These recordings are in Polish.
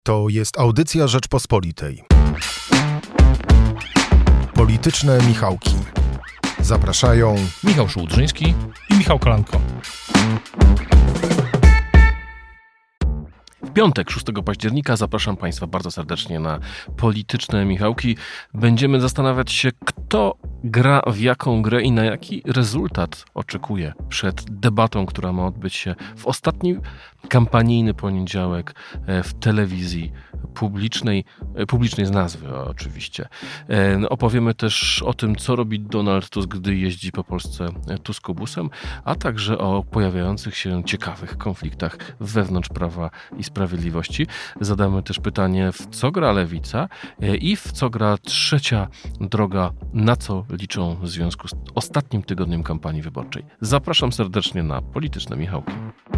To jest audycja Rzeczpospolitej. Polityczne Michałki. Zapraszają Michał Szułdrzyński i Michał Kolanko. W piątek, 6 października, zapraszam Państwa bardzo serdecznie na Polityczne Michałki. Będziemy zastanawiać się, kto gra w jaką grę i na jaki rezultat oczekuje przed debatą, która ma odbyć się w ostatni kampanijny poniedziałek w telewizji publicznej z nazwy oczywiście. Opowiemy też o tym, co robi Donald Tusk, gdy jeździ po Polsce tuskobusem, a także o pojawiających się ciekawych konfliktach wewnątrz Prawa i Sprawiedliwości. Zadamy też pytanie, w co gra Lewica i w co gra trzecia droga, na co liczą w związku z ostatnim tygodniem kampanii wyborczej. Zapraszam serdecznie na Polityczne Michałki.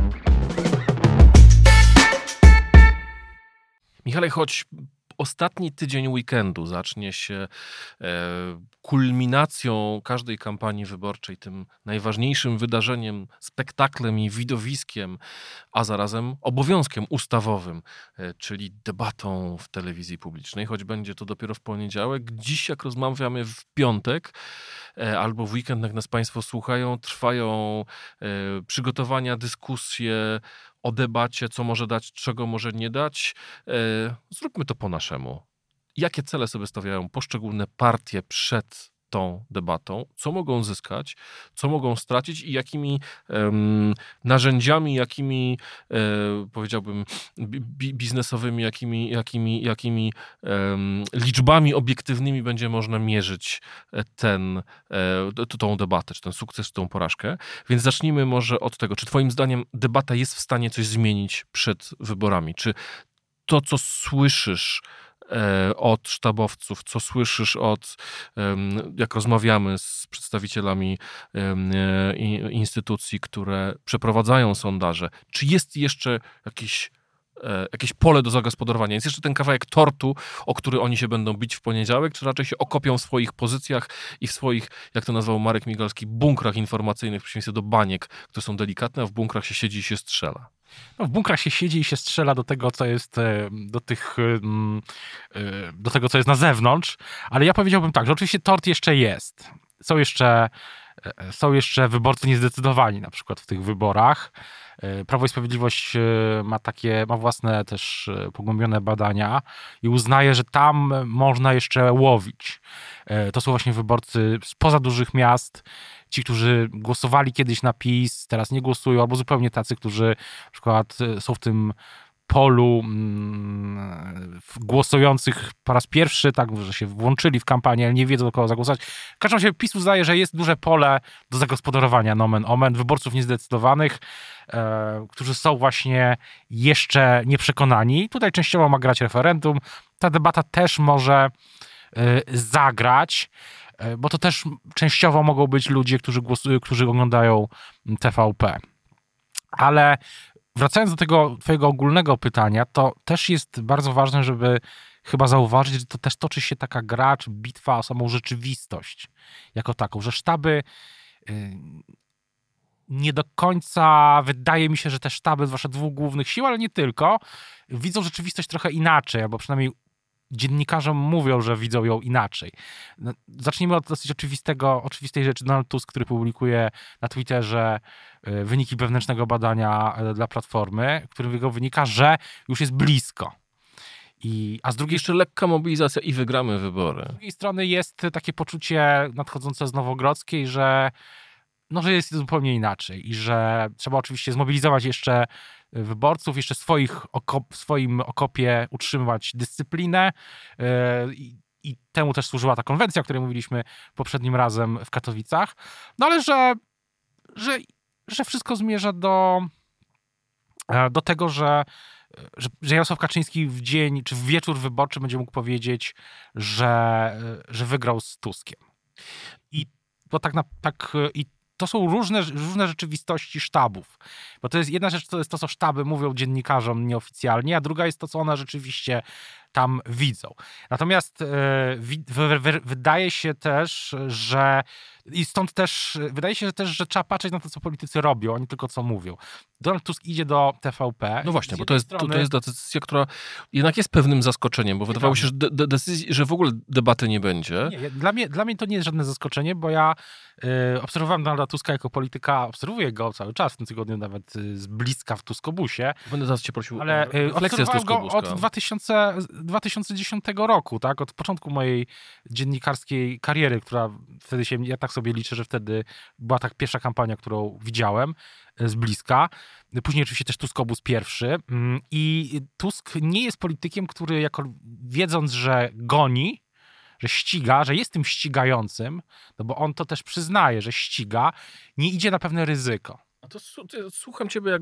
Michale, choć ostatni tydzień weekendu zacznie się kulminacją każdej kampanii wyborczej, tym najważniejszym wydarzeniem, spektaklem i widowiskiem, a zarazem obowiązkiem ustawowym, czyli debatą w telewizji publicznej, choć będzie to dopiero w poniedziałek. Dziś, jak rozmawiamy, w piątek albo w weekend, jak nas Państwo słuchają, trwają przygotowania, dyskusje o debacie, co może dać, czego może nie dać. Zróbmy to po naszemu. Jakie cele sobie stawiają poszczególne partie przed tą debatą? Co mogą zyskać? Co mogą stracić? I jakimi narzędziami, jakimi powiedziałbym biznesowymi, jakimi liczbami obiektywnymi będzie można mierzyć tą debatę, czy ten sukces, czy tą porażkę. Więc zacznijmy może od tego. Czy twoim zdaniem debata jest w stanie coś zmienić przed wyborami? Czy to, co słyszysz od sztabowców, co słyszysz jak rozmawiamy z przedstawicielami instytucji, które przeprowadzają sondaże, czy jest jeszcze jakieś pole do zagospodarowania? Jest jeszcze ten kawałek tortu, o który oni się będą bić w poniedziałek, czy raczej się okopią w swoich pozycjach i w swoich, jak to nazwał Marek Migalski, bunkrach informacyjnych, w przeciwieństwie do baniek, które są delikatne, a w bunkrach się siedzi i się strzela? No, w bunkrach się siedzi i się strzela do tego, co jest do tego, co jest na zewnątrz, ale ja powiedziałbym tak, że oczywiście tort jeszcze jest. Są jeszcze wyborcy niezdecydowani, na przykład w tych wyborach. Prawo i Sprawiedliwość ma własne też pogłębione badania i uznaje, że tam można jeszcze łowić. To są właśnie wyborcy spoza dużych miast, ci, którzy głosowali kiedyś na PiS, teraz nie głosują, albo zupełnie tacy, którzy na przykład są w tym polu głosujących po raz pierwszy, tak, że się włączyli w kampanię, ale nie wiedzą, do kogo zagłosować. W każdym razie PiS uznaje, że jest duże pole do zagospodarowania, nomen omen, wyborców niezdecydowanych, którzy są właśnie jeszcze nieprzekonani. Tutaj częściowo ma grać referendum. Ta debata też może zagrać, bo to też częściowo mogą być ludzie, którzy oglądają TVP. Ale wracając do tego twojego ogólnego pytania, to też jest bardzo ważne, żeby chyba zauważyć, że to też toczy się taka gra, czy bitwa o samą rzeczywistość jako taką, że sztaby nie do końca, wydaje mi się, że te sztaby, zwłaszcza dwóch głównych sił, ale nie tylko, widzą rzeczywistość trochę inaczej, albo przynajmniej dziennikarzom mówią, że widzą ją inaczej. Zacznijmy od dosyć oczywistej rzeczy. Donald Tusk, który publikuje na Twitterze wyniki wewnętrznego badania dla Platformy, w którym wynika, że już jest blisko. A z drugiej Jeszcze lekka mobilizacja i wygramy wybory. Z drugiej strony jest takie poczucie nadchodzące z Nowogrodzkiej, że jest zupełnie inaczej i że trzeba oczywiście zmobilizować jeszcze wyborców, jeszcze w swoim okopie utrzymywać dyscyplinę i temu też służyła ta konwencja, o której mówiliśmy poprzednim razem w Katowicach, ale że wszystko zmierza do tego, że Jarosław Kaczyński w dzień czy w wieczór wyborczy będzie mógł powiedzieć, że wygrał z Tuskiem. I to są różne rzeczywistości sztabów. Bo to jest jedna rzecz, to jest to, co sztaby mówią dziennikarzom nieoficjalnie, a druga jest to, co one rzeczywiście tam widzą. Natomiast wydaje się też, że i stąd też wydaje się też, że trzeba patrzeć na to, co politycy robią, a nie tylko co mówią. Donald Tusk idzie do TVP. No właśnie, bo to jest decyzja, która jednak jest pewnym zaskoczeniem, bo wydawało się, że w ogóle debaty nie będzie. Nie, dla mnie to nie jest żadne zaskoczenie, bo ja obserwowałem Donalda Tuska jako polityka, obserwuję go cały czas, w tym tygodniu nawet z bliska w Tuskobusie. Będę zaraz cię prosił ale o refleksję z obserwowałem go Tuskobuska. od 2010 roku, tak? Od początku mojej dziennikarskiej kariery, która wtedy ja tak sobie liczę, że wtedy była tak pierwsza kampania, którą widziałem z bliska. Później oczywiście też Tuskobus pierwszy. I Tusk nie jest politykiem, który wiedząc, że goni, że ściga, że jest tym ścigającym, no bo on to też przyznaje, że ściga, nie idzie na pewne ryzyko. A to słucham ciebie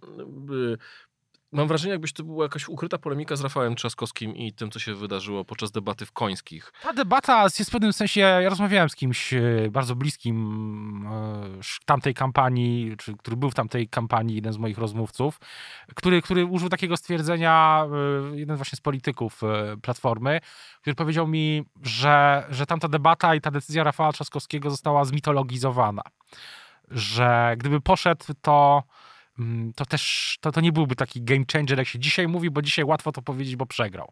mam wrażenie, jakbyś to była jakaś ukryta polemika z Rafałem Trzaskowskim i tym, co się wydarzyło podczas debaty w Końskich. Ta debata jest w pewnym sensie, ja rozmawiałem z kimś bardzo bliskim tamtej kampanii, który był w tamtej kampanii, jeden z moich rozmówców, który użył takiego stwierdzenia, jeden właśnie z polityków Platformy, który powiedział mi, że tamta debata i ta decyzja Rafała Trzaskowskiego została zmitologizowana. Że gdyby poszedł, to też to nie byłby taki game changer, jak się dzisiaj mówi, bo dzisiaj łatwo to powiedzieć, bo przegrał.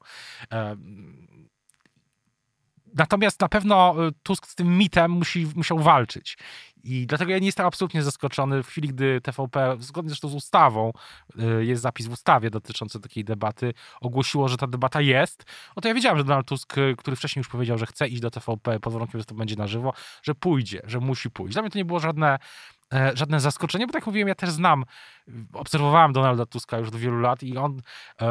Natomiast na pewno Tusk z tym mitem musiał walczyć. I dlatego ja nie jestem absolutnie zaskoczony w chwili, gdy TVP, zgodnie zresztą z ustawą, jest zapis w ustawie dotyczący takiej debaty, ogłosiło, że ta debata jest. No to ja wiedziałem, że Donald Tusk, który wcześniej już powiedział, że chce iść do TVP pod warunkiem, że to będzie na żywo, że pójdzie, że musi pójść. Dla mnie to nie było żadne zaskoczenie, bo tak jak mówiłem, ja też obserwowałem Donalda Tuska już od wielu lat i on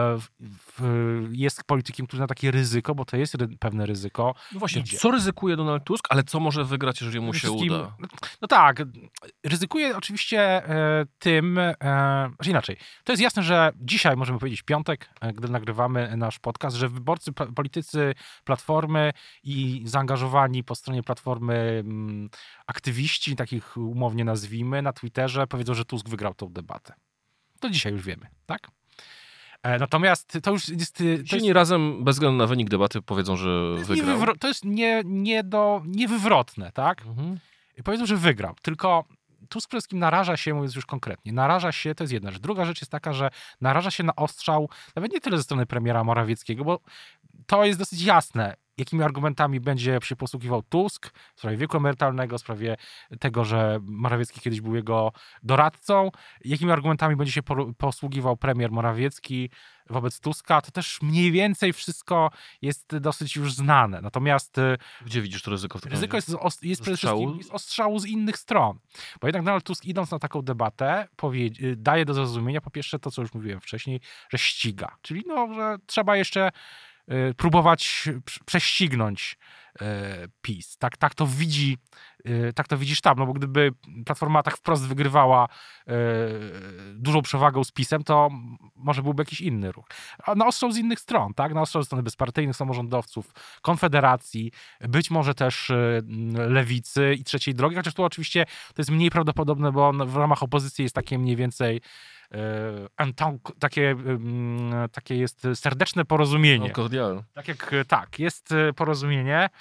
jest politykiem, który na takie ryzyko, bo to jest pewne ryzyko. No właśnie, idzie. co ryzykuje Donald Tusk, ale co może wygrać, jeżeli mu się uda? No tak, ryzykuje oczywiście tym, że inaczej. To jest jasne, że dzisiaj, możemy powiedzieć piątek, gdy nagrywamy nasz podcast, że wyborcy, politycy Platformy i zaangażowani po stronie Platformy aktywiści, takich umownie nazwijmy, na Twitterze powiedzą, że Tusk wygrał tą debatę. To dzisiaj już wiemy, tak? Natomiast to już jest... Silni razem, bez względu na wynik debaty, powiedzą, że wygrał. To jest niewywrotne, tak? Mhm. Powiedzą, że wygrał. Tylko Tusk przede wszystkim naraża się, mówiąc już konkretnie, to jest jedna rzecz. Druga rzecz jest taka, że naraża się na ostrzał, nawet nie tyle ze strony premiera Morawieckiego, bo to jest dosyć jasne, jakimi argumentami będzie się posługiwał Tusk w sprawie wieku emerytalnego, w sprawie tego, że Morawiecki kiedyś był jego doradcą, jakimi argumentami będzie się posługiwał premier Morawiecki wobec Tuska, to też mniej więcej wszystko jest dosyć już znane. Natomiast gdzie widzisz to ryzyko? Ryzyko jest przede wszystkim z ostrzału z innych stron. Bo jednak Donald Tusk, idąc na taką debatę, daje do zrozumienia po pierwsze to, co już mówiłem wcześniej, że ściga. Czyli że trzeba jeszcze próbować prześcignąć PiS. Tak to widzi sztab, no bo gdyby Platforma tak wprost wygrywała dużą przewagą z PiS-em, to może byłby jakiś inny ruch. A na ostrzał z innych stron, tak? Na ostrzał ze strony bezpartyjnych samorządowców, Konfederacji, być może też Lewicy i Trzeciej Drogi, chociaż tu oczywiście to jest mniej prawdopodobne, bo w ramach opozycji jest takie mniej więcej takie jest serdeczne porozumienie. Tak, jest porozumienie.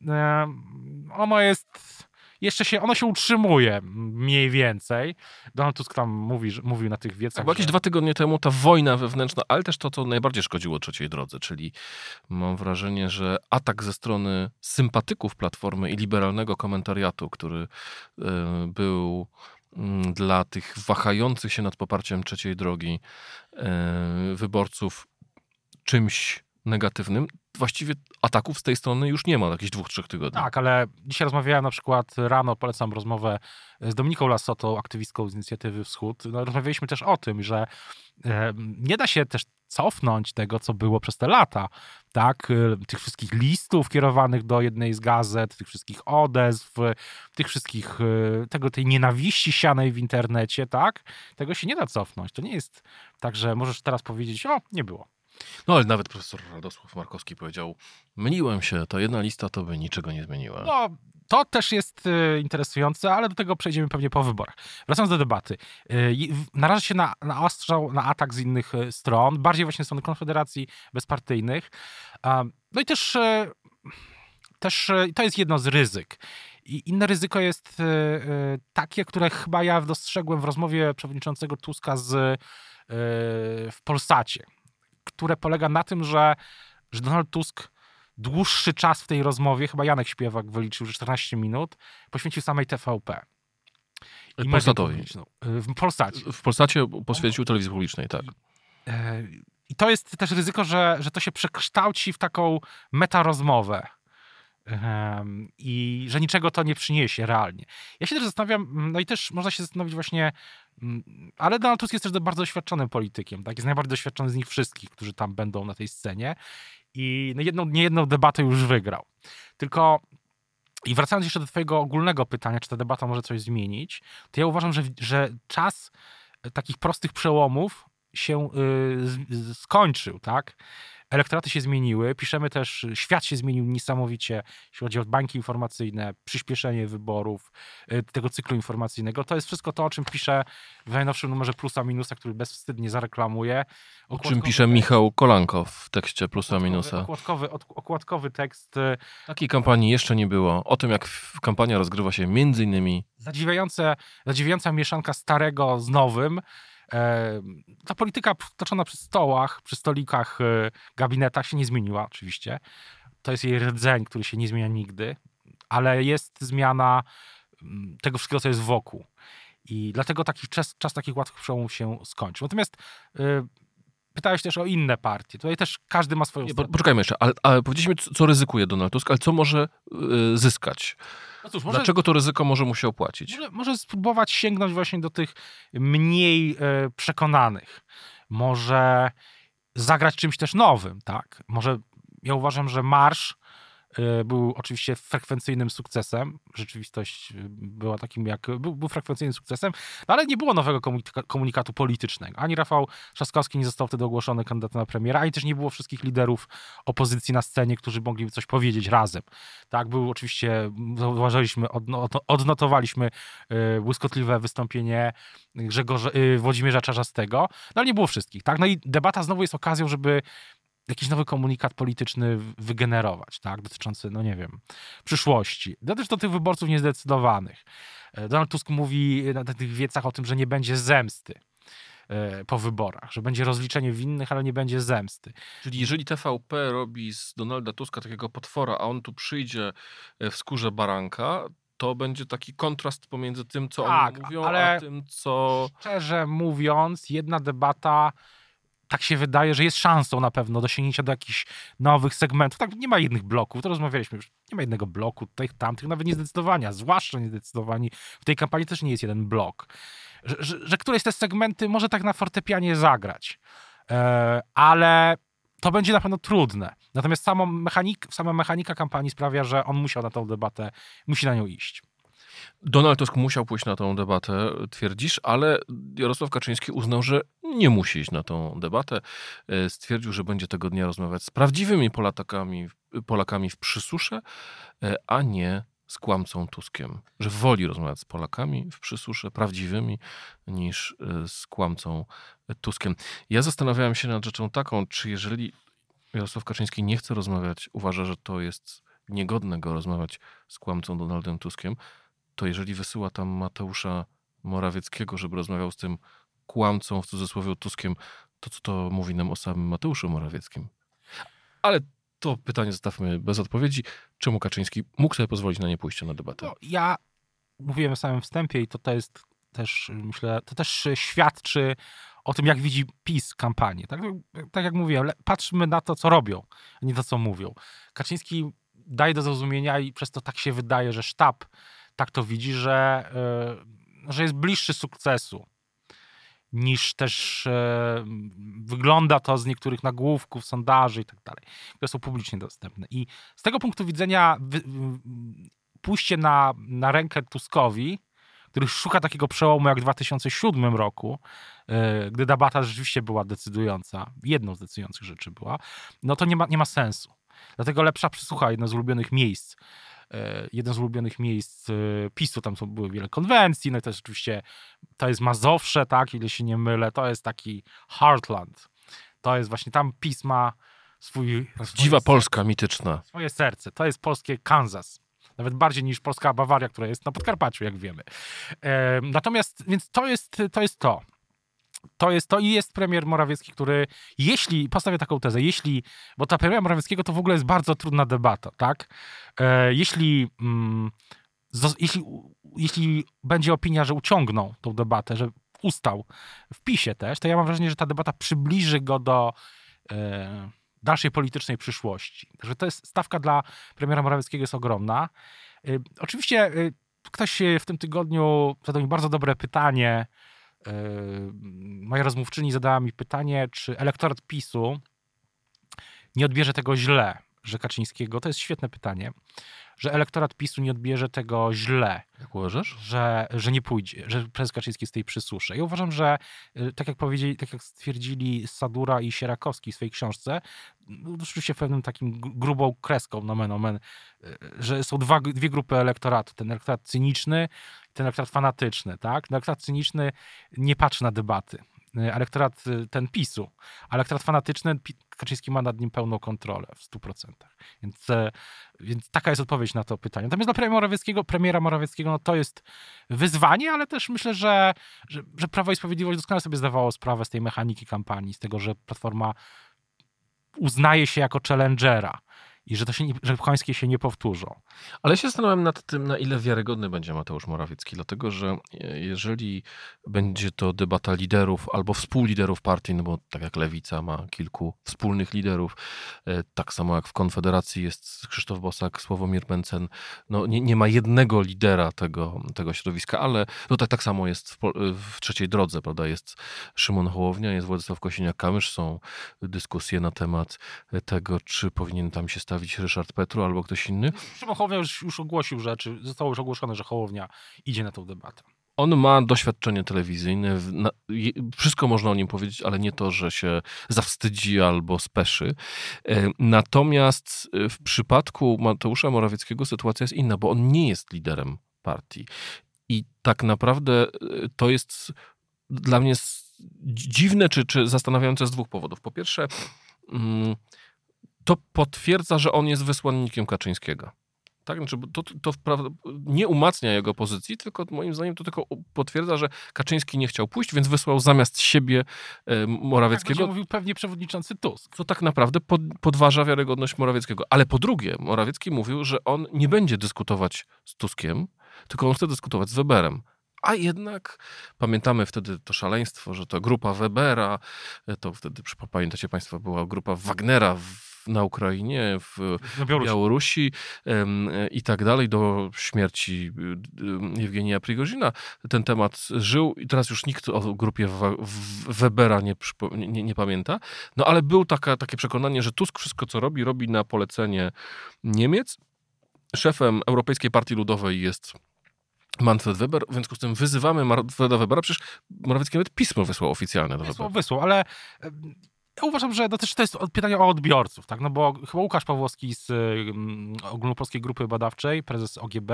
Ono się utrzymuje mniej więcej. Donald Tusk tam mówił na tych wiecach. Tak, bo jakieś 2 tygodnie temu ta wojna wewnętrzna, ale też to, co najbardziej szkodziło Trzeciej Drodze, czyli mam wrażenie, że atak ze strony sympatyków Platformy i liberalnego komentariatu, który był dla tych wahających się nad poparciem Trzeciej Drogi wyborców czymś negatywnym. Właściwie ataków z tej strony już nie ma, jakieś 2-3 tygodni. Tak, ale dzisiaj rozmawiałem na przykład rano, polecam rozmowę z Dominiką Lassotą, aktywistką z Inicjatywy Wschód. Rozmawialiśmy też o tym, że nie da się też cofnąć tego, co było przez te lata, tak? Tych wszystkich listów kierowanych do jednej z gazet, tych wszystkich odezw, tych wszystkich, tej nienawiści sianej w internecie, tak? Tego się nie da cofnąć. To nie jest tak, że możesz teraz powiedzieć, nie było. No ale nawet profesor Radosław Markowski powiedział, myliłem się, ta jedna lista to by niczego nie zmieniła. No, to też jest interesujące, ale do tego przejdziemy pewnie po wyborach. Wracając do debaty. Naraża się na ostrzał, na atak z innych stron, bardziej właśnie strony Konfederacji bezpartyjnych. No i też to jest jedno z ryzyk. I inne ryzyko jest takie, które chyba ja dostrzegłem w rozmowie przewodniczącego Tuska w Polsacie, które polega na tym, że Donald Tusk dłuższy czas w tej rozmowie, chyba Janek Śpiewak wyliczył, że 14 minut, poświęcił samej TVP. I Polsatowi. W Polsacie. W Polsacie poświęcił telewizji publicznej, tak. I to jest też ryzyko, że to się przekształci w taką metarozmowę. I że niczego to nie przyniesie realnie. Ja się też zastanawiam, no i też można się zastanowić właśnie, ale Donald Tusk jest też bardzo doświadczonym politykiem, tak? Jest najbardziej doświadczony z nich wszystkich, którzy tam będą na tej scenie i no niejedną debatę już wygrał. Tylko i wracając jeszcze do twojego ogólnego pytania, czy ta debata może coś zmienić, to ja uważam, że czas takich prostych przełomów się skończył, tak? Elektoraty się zmieniły, piszemy też, świat się zmienił niesamowicie, jeśli chodzi o bańki informacyjne, przyspieszenie wyborów, tego cyklu informacyjnego. To jest wszystko to, o czym pisze w najnowszym numerze Plusa Minusa, który bezwstydnie zareklamuje. O czym pisze Michał Kolanko w tekście Plusa Minusa. Okładkowy tekst. Takiej kampanii jeszcze nie było. O tym, jak kampania rozgrywa się między innymi... Zadziwiająca mieszanka starego z nowym. Ta polityka toczona przy stolikach, gabinetach się nie zmieniła oczywiście. To jest jej rdzeń, który się nie zmienia nigdy, ale jest zmiana tego wszystkiego, co jest wokół. I dlatego czas takich łatwych przełomów się skończył. Natomiast pytałeś też o inne partie. Tutaj też każdy ma swoją... Poczekajmy jeszcze, ale powiedzieliśmy, co ryzykuje Donald Tusk, ale co może zyskać? No cóż, Dlaczego to ryzyko może mu się opłacić? Może spróbować sięgnąć właśnie do tych mniej przekonanych. Może zagrać czymś też nowym, tak? Ja uważam, że marsz był oczywiście frekwencyjnym sukcesem. Rzeczywistość była takim był frekwencyjnym sukcesem, no ale nie było nowego komunikatu politycznego. Ani Rafał Trzaskowski nie został wtedy ogłoszony kandydatem na premiera, ani też nie było wszystkich liderów opozycji na scenie, którzy mogli coś powiedzieć razem. Tak, był oczywiście, zauważyliśmy, odnotowaliśmy błyskotliwe wystąpienie Włodzimierza Czarzastego, no ale nie było wszystkich. Tak? No i debata znowu jest okazją, żeby jakiś nowy komunikat polityczny wygenerować, tak, dotyczący, no nie wiem, przyszłości. Też do tych wyborców niezdecydowanych. Donald Tusk mówi na tych wiecach o tym, że nie będzie zemsty po wyborach, że będzie rozliczenie winnych, ale nie będzie zemsty. Czyli jeżeli TVP robi z Donalda Tuska takiego potwora, a on tu przyjdzie w skórze baranka, to będzie taki kontrast pomiędzy tym, co oni mówią, a tym, co... Szczerze mówiąc, jedna debata, tak się wydaje, że jest szansą na pewno do sięgnięcia do jakichś nowych segmentów. Tak, nie ma jednych bloków, to rozmawialiśmy już. Nie ma jednego bloku, tych, tamtych, nawet niezdecydowania, zwłaszcza niezdecydowani. W tej kampanii też nie jest jeden blok. Że któreś te segmenty może tak na fortepianie zagrać. Ale to będzie na pewno trudne. Natomiast sama mechanika kampanii sprawia, że on musiał na tę debatę, musi na nią iść. Donald Tusk musiał pójść na tę debatę, twierdzisz, ale Jarosław Kaczyński uznał, że nie musi iść na tę debatę. Stwierdził, że będzie tego dnia rozmawiać z prawdziwymi Polakami w Przysusze, a nie z kłamcą Tuskiem. Że woli rozmawiać z Polakami w Przysusze, prawdziwymi, niż z kłamcą Tuskiem. Ja zastanawiałem się nad rzeczą taką, czy jeżeli Jarosław Kaczyński nie chce rozmawiać, uważa, że to jest niegodne go rozmawiać z kłamcą Donaldem Tuskiem, to jeżeli wysyła tam Mateusza Morawieckiego, żeby rozmawiał z tym kłamcą, w cudzysłowie Tuskiem, to co to mówi nam o samym Mateuszu Morawieckim? Ale to pytanie zostawmy bez odpowiedzi. Czemu Kaczyński mógł sobie pozwolić na niepójście na debatę? No, ja mówiłem w samym wstępie i to jest też, myślę, to też świadczy o tym, jak widzi PiS kampanię. Tak jak mówiłem, patrzmy na to, co robią, a nie to, co mówią. Kaczyński daje do zrozumienia i przez to tak się wydaje, że sztab tak to widzi, że jest bliższy sukcesu niż też wygląda to z niektórych nagłówków, sondaży i tak dalej, które są publicznie dostępne. I z tego punktu widzenia pójście na rękę Tuskowi, który szuka takiego przełomu jak w 2007 roku, gdy debata rzeczywiście była decydująca, jedną z decydujących rzeczy była, no to nie ma sensu. Dlatego lepsza przysłucha, jedno z ulubionych miejsc PiS-u, tam były wiele konwencji, no i to jest oczywiście, to jest Mazowsze, tak, ile się nie mylę, to jest taki heartland. To jest właśnie, tam PiS ma Dziwa Polska mityczna. Swoje serce. To jest polskie Kansas. Nawet bardziej niż polska Bawaria, która jest na Podkarpaciu, jak wiemy. Natomiast, więc to jest to. To jest to i jest premier Morawiecki, który, postawię taką tezę, bo ta premiera Morawieckiego to w ogóle jest bardzo trudna debata, tak? Jeśli będzie opinia, że uciągnął tą debatę, że ustał w PiS-ie też, to ja mam wrażenie, że ta debata przybliży go do dalszej politycznej przyszłości. Także to jest stawka dla premiera Morawieckiego jest ogromna. Oczywiście ktoś w tym tygodniu zadał mi bardzo dobre pytanie. Moja rozmówczyni zadała mi pytanie, czy elektorat PiS-u nie odbierze tego źle, że Kaczyńskiego, to jest świetne pytanie, że elektorat PiS-u nie odbierze tego źle. Jak uważasz? Że nie pójdzie, że prezes Kaczyński z tej przysłuszy. Ja uważam, że tak jak stwierdzili Sadura i Sierakowski w swojej książce, oczywiście w pewnym takim grubą kreską, nomen omen, że są dwie grupy elektoratu. Ten elektorat cyniczny i ten elektorat fanatyczny. Tak? Elektorat cyniczny nie patrzy na debaty. Elektorat ten PiS-u, a elektorat fanatyczny, Kaczyński ma nad nim pełną kontrolę w 100%. Więc taka jest odpowiedź na to pytanie. Natomiast dla premiera Morawieckiego no to jest wyzwanie, ale też myślę, że Prawo i Sprawiedliwość doskonale sobie zdawało sprawę z tej mechaniki kampanii, z tego, że Platforma uznaje się jako challengera i że Końskie się nie powtórzą. Ale się zastanawiam nad tym, na ile wiarygodny będzie Mateusz Morawiecki, dlatego że jeżeli będzie to debata liderów albo współliderów partii, no bo tak jak Lewica ma kilku wspólnych liderów, tak samo jak w Konfederacji jest Krzysztof Bosak, Sławomir Mencen, no nie ma jednego lidera tego środowiska, ale tutaj tak samo jest w trzeciej drodze, prawda, jest Szymon Hołownia, jest Władysław Kosiniak-Kamysz, są dyskusje na temat tego, czy powinien tam się stawić Ryszard Petru albo ktoś inny. Szymon Hołownia już ogłosił, zostało już ogłoszone, że Hołownia idzie na tę debatę. On ma doświadczenie telewizyjne, wszystko można o nim powiedzieć, ale nie to, że się zawstydzi albo speszy. Natomiast w przypadku Mateusza Morawieckiego sytuacja jest inna, bo on nie jest liderem partii. I tak naprawdę to jest dla mnie dziwne czy zastanawiające z dwóch powodów. Po pierwsze, to potwierdza, że on jest wysłannikiem Kaczyńskiego. Tak? Znaczy, to nie umacnia jego pozycji, tylko moim zdaniem to tylko potwierdza, że Kaczyński nie chciał pójść, więc wysłał zamiast siebie Morawieckiego. Tak mówił pewnie przewodniczący Tusk. To tak naprawdę podważa wiarygodność Morawieckiego. Ale po drugie, Morawiecki mówił, że on nie będzie dyskutować z Tuskiem, tylko on chce dyskutować z Weberem. A jednak pamiętamy wtedy to szaleństwo, że to grupa Webera, to wtedy, pamiętacie Państwo, była grupa Wagnera na Ukrainie, w Białorusi i tak dalej, do śmierci Jewgenija Prigozina. Ten temat żył i teraz już nikt o grupie Webera nie pamięta. No ale było takie przekonanie, że Tusk wszystko, co robi na polecenie Niemiec. Szefem Europejskiej Partii Ludowej jest Manfred Weber, w związku z tym wyzywamy Manfreda Webera, przecież Morawiecki nawet pismo wysłał oficjalne do Webera. Wysłał, ale ja uważam, że to jest pytanie o odbiorców, tak? No bo chyba Łukasz Pawłowski z Ogólnopolskiej Grupy Badawczej, prezes OGB,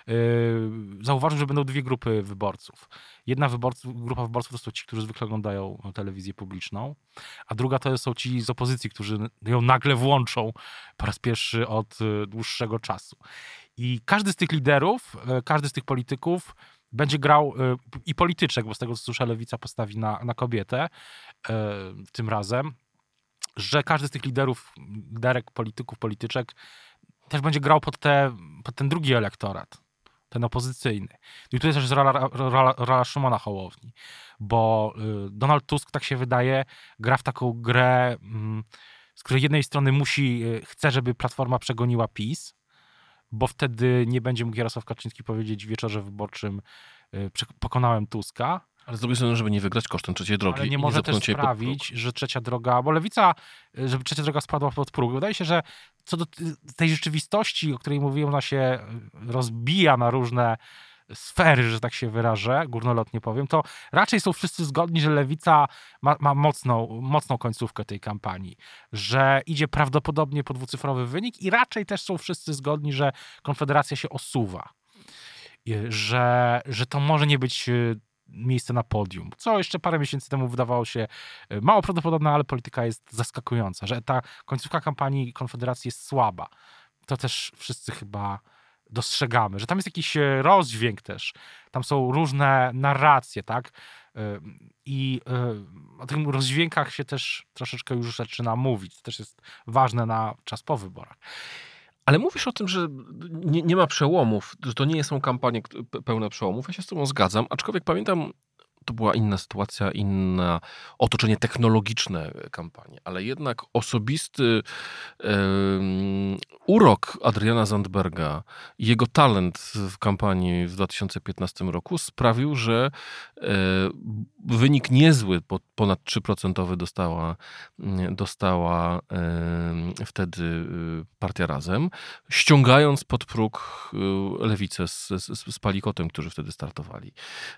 zauważył, że będą dwie grupy wyborców. Jedna grupa wyborców to są ci, którzy zwykle oglądają telewizję publiczną, a druga to są ci z opozycji, którzy ją nagle włączą po raz pierwszy od dłuższego czasu. I każdy z tych liderów, każdy z tych polityków będzie grał, i polityczek, bo z tego co słyszę, Lewica postawi na kobietę tym razem, że każdy z tych liderek, polityków, polityczek też będzie grał pod ten drugi elektorat, ten opozycyjny. I tutaj też jest rola Szymona Hołowni, bo Donald Tusk, tak się wydaje, gra w taką grę, z której jednej strony chce, żeby Platforma przegoniła PiS, bo wtedy nie będzie mógł Jarosław Kaczyński powiedzieć w wieczorze wyborczym pokonałem Tuska. Ale z drugiej strony, żeby nie wygrać kosztem trzeciej drogi. Ale nie może też sprawić, że trzecia droga, bo Lewica, żeby trzecia droga spadła pod próg. Wydaje się, że co do tej rzeczywistości, o której mówiłem, ona się rozbija na różne sfery, że tak się wyrażę, górnolotnie powiem, to raczej są wszyscy zgodni, że Lewica ma mocną końcówkę tej kampanii, że idzie prawdopodobnie po dwucyfrowy wynik i raczej też są wszyscy zgodni, że Konfederacja się osuwa. Że to może nie być miejsce na podium, co jeszcze parę miesięcy temu wydawało się mało prawdopodobne, ale polityka jest zaskakująca, że ta końcówka kampanii Konfederacji jest słaba. To też wszyscy chyba dostrzegamy, że tam jest jakiś rozdźwięk też, tam są różne narracje, tak? I o tych rozdźwiękach się też troszeczkę już zaczyna mówić. To też jest ważne na czas po wyborach. Ale mówisz o tym, że nie ma przełomów, że to nie są kampanie pełne przełomów. Ja się z tobą zgadzam, aczkolwiek pamiętam, to była inna sytuacja, inne otoczenie technologiczne kampanii, ale jednak osobisty urok Adriana Zandberga i jego talent w kampanii w 2015 roku sprawił, że wynik niezły, ponad 3% dostała wtedy Partia Razem, ściągając pod próg Lewicę z Palikotem, którzy wtedy startowali.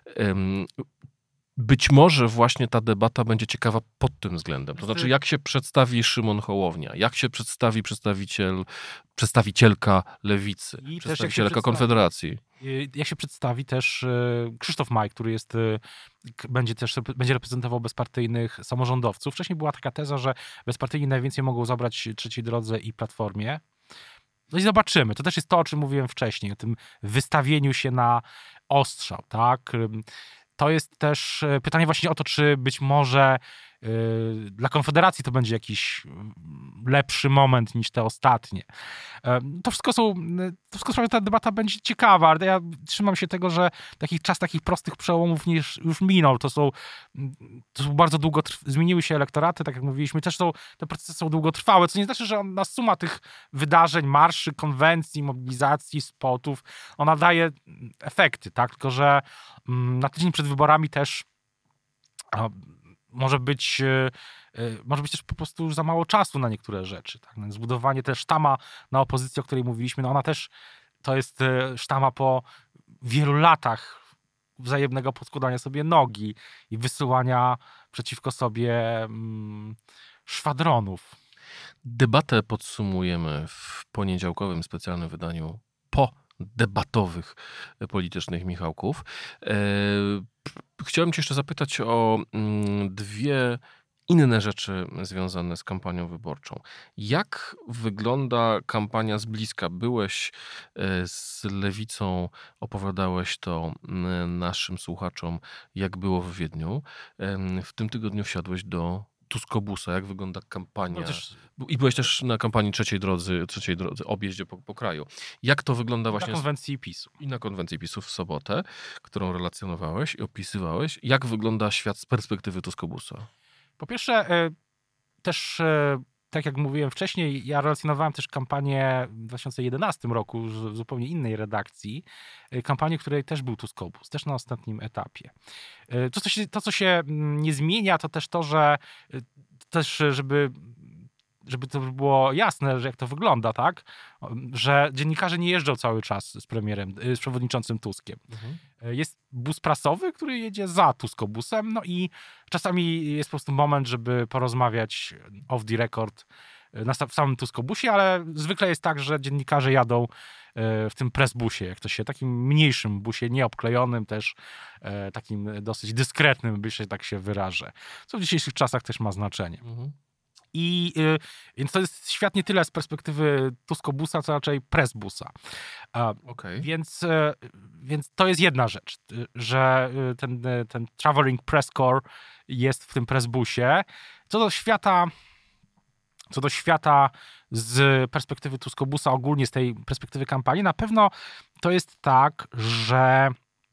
Być może właśnie ta debata będzie ciekawa pod tym względem. To znaczy, jak się przedstawi Szymon Hołownia, jak się przedstawi przedstawicielka Lewicy, I przedstawicielka Konfederacji. Jak się przedstawi też Krzysztof Maj, który będzie reprezentował bezpartyjnych samorządowców. Wcześniej była taka teza, że bezpartyjni najwięcej mogą zabrać Trzeciej Drodze i Platformie. No i zobaczymy. To też jest to, o czym mówiłem wcześniej, o tym wystawieniu się na ostrzał, tak? To jest też pytanie właśnie o to, czy być może dla Konfederacji to będzie jakiś lepszy moment niż te ostatnie. To wszystko sprawia, że ta debata będzie ciekawa, ale ja trzymam się tego, że czas takich prostych przełomów już minął. To są bardzo długo zmieniły się elektoraty, tak jak mówiliśmy, też te procesy są długotrwałe, co nie znaczy, że suma tych wydarzeń, marszy, konwencji, mobilizacji, spotów, ona daje efekty, tak? Tylko że na tydzień przed wyborami też może być też po prostu już za mało czasu na niektóre rzeczy. Tak? Zbudowanie też sztama na opozycji, o której mówiliśmy, no ona też to jest sztama po wielu latach wzajemnego podkładania sobie nogi i wysyłania przeciwko sobie szwadronów. Debatę podsumujemy w poniedziałkowym specjalnym wydaniu debatowych politycznych Michałków. Chciałem cię jeszcze zapytać o dwie inne rzeczy związane z kampanią wyborczą. Jak wygląda kampania z bliska? Byłeś z Lewicą, opowiadałeś to naszym słuchaczom, jak było w Wiedniu. W tym tygodniu wsiadłeś do Tuskobusa. Jak wygląda kampania? I byłeś też na kampanii Trzeciej Drodzy, objeździe po kraju. Jak to wygląda właśnie... Na konwencji PiS-u. I na konwencji PiS-u w sobotę, którą relacjonowałeś i opisywałeś. Jak wygląda świat z perspektywy Tuskobusa? Po pierwsze, też tak jak mówiłem wcześniej, ja relacjonowałem też kampanię w 2011 roku w zupełnie innej redakcji. Kampanię, w której też był Tuskobus, też na ostatnim etapie. To, co się nie zmienia, to też to, że też, żeby to było jasne, że jak to wygląda, tak? Że dziennikarze nie jeżdżą cały czas z przewodniczącym Tuskiem. Mhm. Jest bus prasowy, który jedzie za Tuskobusem, no i czasami jest po prostu moment, żeby porozmawiać off the record w samym Tuskobusie, ale zwykle jest tak, że dziennikarze jadą w tym pressbusie, jak to się, takim mniejszym busie, nieobklejonym też, takim dosyć dyskretnym, tak się wyrażę. Co w dzisiejszych czasach też ma znaczenie. Mhm. Więc to jest świat nie tyle z perspektywy Tuskobusa, co raczej pressbusa. Okay. Więc to jest jedna rzecz, że ten traveling press corps jest w tym pressbusie. Co do świata z perspektywy Tuskobusa, ogólnie z tej perspektywy kampanii, na pewno to jest tak, że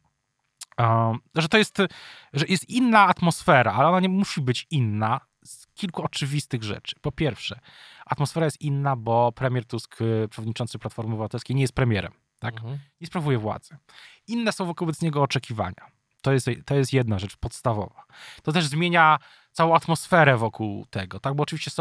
jest inna atmosfera, ale ona nie musi być inna z kilku oczywistych rzeczy. Po pierwsze, atmosfera jest inna, bo premier Tusk, przewodniczący Platformy Obywatelskiej, nie jest premierem. Tak? Mhm. Nie sprawuje władzy. Inne są wobec niego oczekiwania. To jest jedna rzecz podstawowa. To też zmienia całą atmosferę wokół tego, tak? Bo oczywiście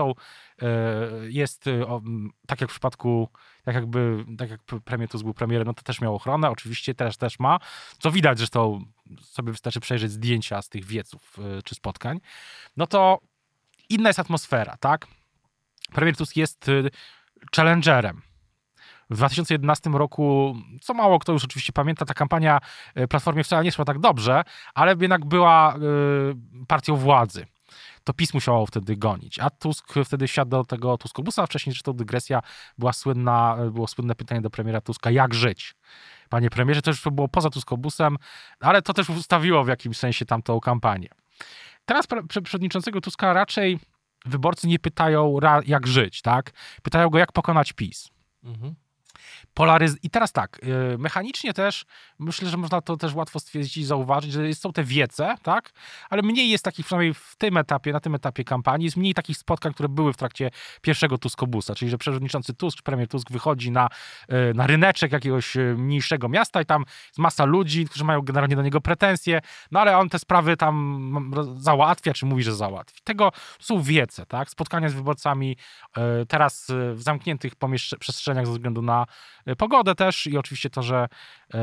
tak jak w przypadku, tak jak premier Tusk był premierem, no to też miał ochronę, oczywiście też ma, co widać, zresztą sobie wystarczy przejrzeć zdjęcia z tych wieców czy spotkań, no to inna jest atmosfera, tak? Premier Tusk jest challengerem. W 2011 roku, co mało kto już oczywiście pamięta, ta kampania Platformie wcale nie szła tak dobrze, ale jednak była partią władzy. To PiS musiało wtedy gonić, a Tusk wtedy wsiadł do tego Tuskobusa, wcześniej zresztą dygresja było słynne pytanie do premiera Tuska, jak żyć? Panie premierze, to już było poza Tuskobusem, ale to też ustawiło w jakimś sensie tamtą kampanię. Teraz przewodniczącego Tuska raczej wyborcy nie pytają, jak żyć, tak? Pytają go, jak pokonać PiS. Mhm. I teraz tak, mechanicznie też, myślę, że można to też łatwo stwierdzić i zauważyć, że są te wiece, tak? Ale mniej jest takich, przynajmniej na tym etapie kampanii, jest mniej takich spotkań, które były w trakcie pierwszego Tuskobusa, czyli że przewodniczący Tusk, premier Tusk wychodzi na ryneczek jakiegoś mniejszego miasta i tam jest masa ludzi, którzy mają generalnie do niego pretensje, no ale on te sprawy tam załatwia, czy mówi, że załatwi. To są wiece, tak? Spotkania z wyborcami teraz w zamkniętych przestrzeniach ze względu na pogodę też i oczywiście to, że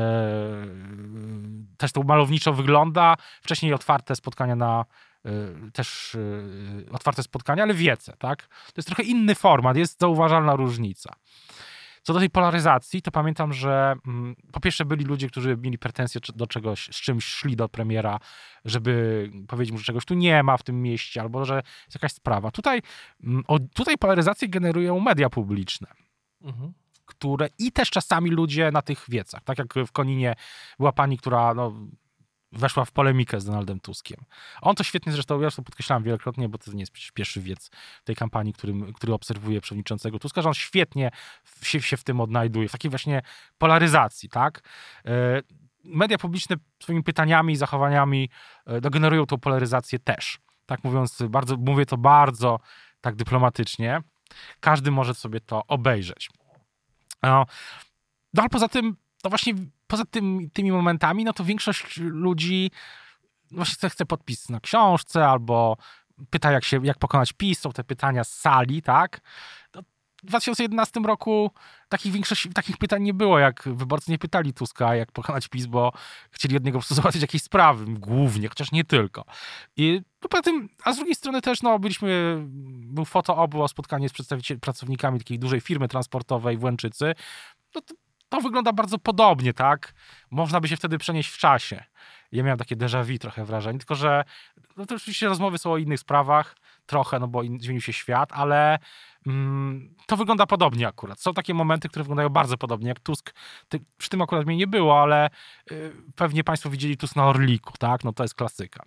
też to malowniczo wygląda. Wcześniej otwarte spotkania otwarte spotkania, ale wiece, tak? To jest trochę inny format, jest zauważalna różnica. Co do tej polaryzacji, to pamiętam, że po pierwsze byli ludzie, którzy mieli pretensje do czegoś, z czymś szli do premiera, żeby powiedzieć mu, że czegoś tu nie ma w tym mieście, albo że jest jakaś sprawa. Tutaj polaryzację generują media publiczne. Mhm. I też czasami ludzie na tych wiecach. Tak jak w Koninie była pani, która weszła w polemikę z Donaldem Tuskiem. On to świetnie zresztą, ja to podkreślałem wielokrotnie, bo to nie jest przecież pierwszy wiec tej kampanii, który obserwuje przewodniczącego Tuska, że on świetnie się w tym odnajduje, w takiej właśnie polaryzacji, tak? Media publiczne swoimi pytaniami i zachowaniami generują tą polaryzację też. Tak mówiąc, mówię to bardzo tak dyplomatycznie. Każdy może sobie to obejrzeć. No ale poza tym, to właśnie poza tymi momentami, no to większość ludzi właśnie chce podpis na książce albo pyta, jak pokonać PiS, są te pytania z sali, tak? W 2011 roku takich pytań nie było, jak wyborcy nie pytali Tuska, jak pokonać PiS, bo chcieli od niego po prostu załatwić jakieś sprawy, głównie, chociaż nie tylko. I poza tym, a z drugiej strony też, był było spotkanie z pracownikami takiej dużej firmy transportowej w Łęczycy, to wygląda bardzo podobnie, tak? Można by się wtedy przenieść w czasie. Ja miałem takie déjà vu trochę wrażenie, tylko że to oczywiście rozmowy są o innych sprawach, trochę, bo zmienił się świat, ale to wygląda podobnie akurat. Są takie momenty, które wyglądają bardzo podobnie, jak Tusk, przy tym akurat mnie nie było, ale pewnie państwo widzieli Tusk na Orliku, tak? No to jest klasyka.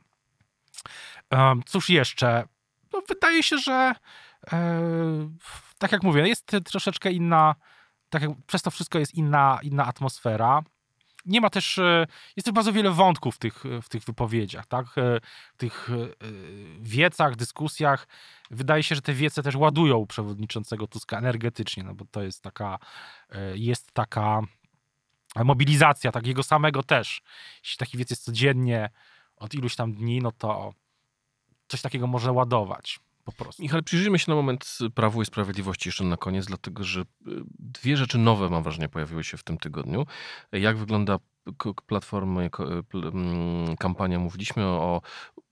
Cóż jeszcze? No, wydaje się, że tak jak mówię, jest troszeczkę inna, przez to wszystko jest inna atmosfera. Nie ma też, jest też bardzo wiele wątków w tych wypowiedziach, tak? W tych wiecach, dyskusjach. Wydaje się, że te wiece też ładują przewodniczącego Tuska energetycznie, bo to jest taka mobilizacja, tak jego samego też. Jeśli taki wiec jest codziennie od iluś tam dni, no to coś takiego może ładować. Po prostu. Michał, przyjrzyjmy się na moment Prawu i Sprawiedliwości jeszcze na koniec, dlatego że dwie rzeczy nowe, mam wrażenie, pojawiły się w tym tygodniu. Jak wygląda Platformy, kampania? Mówiliśmy o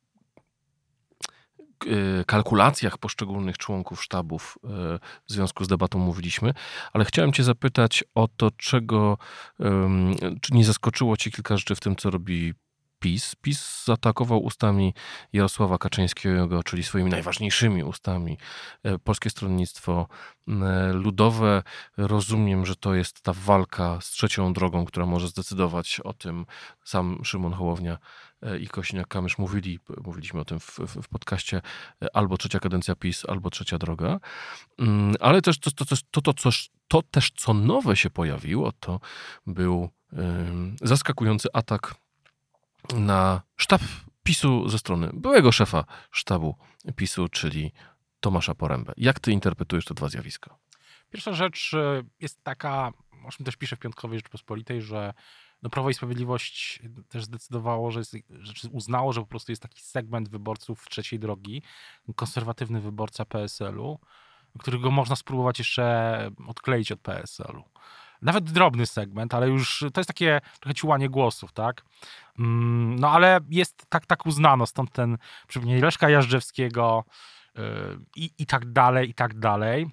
kalkulacjach poszczególnych członków sztabów w związku z debatą mówiliśmy, ale chciałem cię zapytać o to, czy nie zaskoczyło cię kilka rzeczy w tym, co robi PiS. PiS zaatakował ustami Jarosława Kaczyńskiego, czyli swoimi najważniejszymi ustami, Polskie Stronnictwo Ludowe. Rozumiem, że to jest ta walka z trzecią drogą, która może zdecydować o tym. Sam Szymon Hołownia i Kosiniak-Kamysz mówiliśmy o tym w podcaście, albo trzecia kadencja PiS, albo trzecia droga. Ale też to też co nowe się pojawiło, to był zaskakujący atak na sztab PiS-u ze strony byłego szefa sztabu PiS-u, czyli Tomasza Porębę. Jak ty interpretujesz te dwa zjawiska? Pierwsza rzecz jest taka, o czym też piszę w Piątkowej Rzeczpospolitej, że no Prawo i Sprawiedliwość też zdecydowało, że uznało, że po prostu jest taki segment wyborców trzeciej drogi, konserwatywny wyborca PSL-u, którego można spróbować jeszcze odkleić od PSL-u. Nawet drobny segment, ale już to jest takie trochę ciłanie głosów, tak? No ale jest tak uznano, stąd ten przypomnienie Leszka Jażdżewskiego i tak dalej, i tak dalej.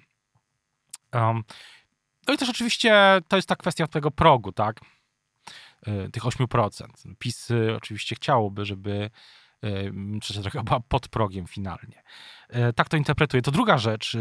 No i też oczywiście to jest ta kwestia tego progu, tak? Tych 8%. PiS oczywiście chciałoby, żeby trzecia droga była pod progiem finalnie. Tak to interpretuję. To druga rzecz,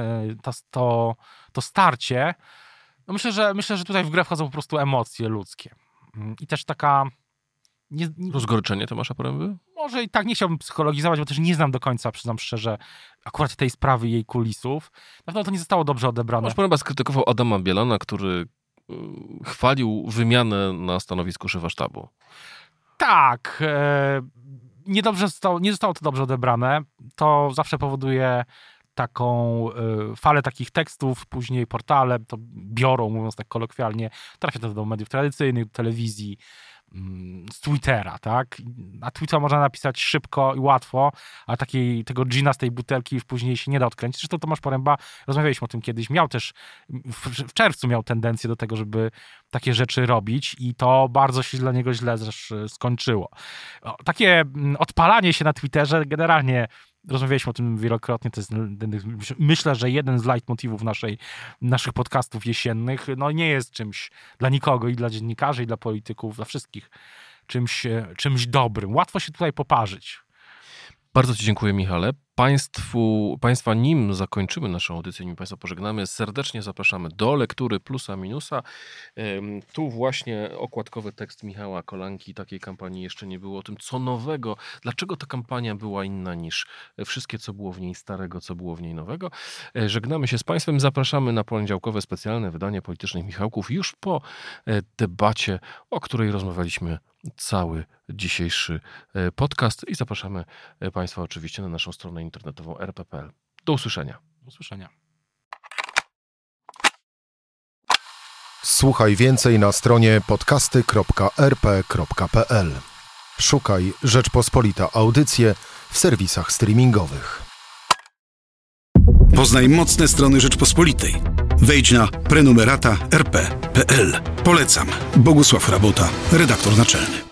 to starcie. No myślę, że tutaj w grę wchodzą po prostu emocje ludzkie. I też taka... Rozgoryczenie Tomasza Poręby? Może i tak, nie chciałbym psychologizować, bo też nie znam do końca, przyznam szczerze, akurat tej sprawy i jej kulisów. Na pewno to nie zostało dobrze odebrane. Tomasz Poręba skrytykował Adama Bielana, który chwalił wymianę na stanowisku szefa sztabu. Tak. Nie zostało to dobrze odebrane. To zawsze powoduje taką falę takich tekstów, później portale to biorą, mówiąc tak kolokwialnie, trafia to do mediów tradycyjnych, do telewizji, z Twittera, tak? Na Twittera można napisać szybko i łatwo, a tego dżina z tej butelki już później się nie da odkręcić. Zresztą Tomasz Poręba, rozmawialiśmy o tym kiedyś, miał też, w czerwcu miał tendencję do tego, żeby takie rzeczy robić i to bardzo się dla niego źle skończyło. Takie odpalanie się na Twitterze generalnie, rozmawialiśmy o tym wielokrotnie, to jest, myślę, że jeden z leitmotywów naszych podcastów jesiennych, no nie jest czymś dla nikogo, i dla dziennikarzy, i dla polityków, dla wszystkich, czymś dobrym. Łatwo się tutaj poparzyć. Bardzo Ci dziękuję, Michale. Państwa, nim zakończymy naszą audycję, nim Państwa pożegnamy, serdecznie zapraszamy do lektury Plusa Minusa. Tu właśnie okładkowy tekst Michała Kolanki. Takiej kampanii jeszcze nie było. O tym, co nowego, dlaczego ta kampania była inna niż wszystkie, co było w niej starego, co było w niej nowego. Żegnamy się z Państwem. Zapraszamy na poniedziałkowe specjalne wydanie Politycznych Michałków już po debacie, o której rozmawialiśmy cały dzisiejszy podcast i zapraszamy Państwa oczywiście na naszą stronę internetową rp.pl. Do usłyszenia. Do usłyszenia. Słuchaj więcej na stronie podcasty.rp.pl. Szukaj Rzeczpospolita Audycje w serwisach streamingowych. Poznaj mocne strony Rzeczpospolitej. Wejdź na prenumerata.rp.pl. Polecam. Bogusław Rabota, redaktor naczelny.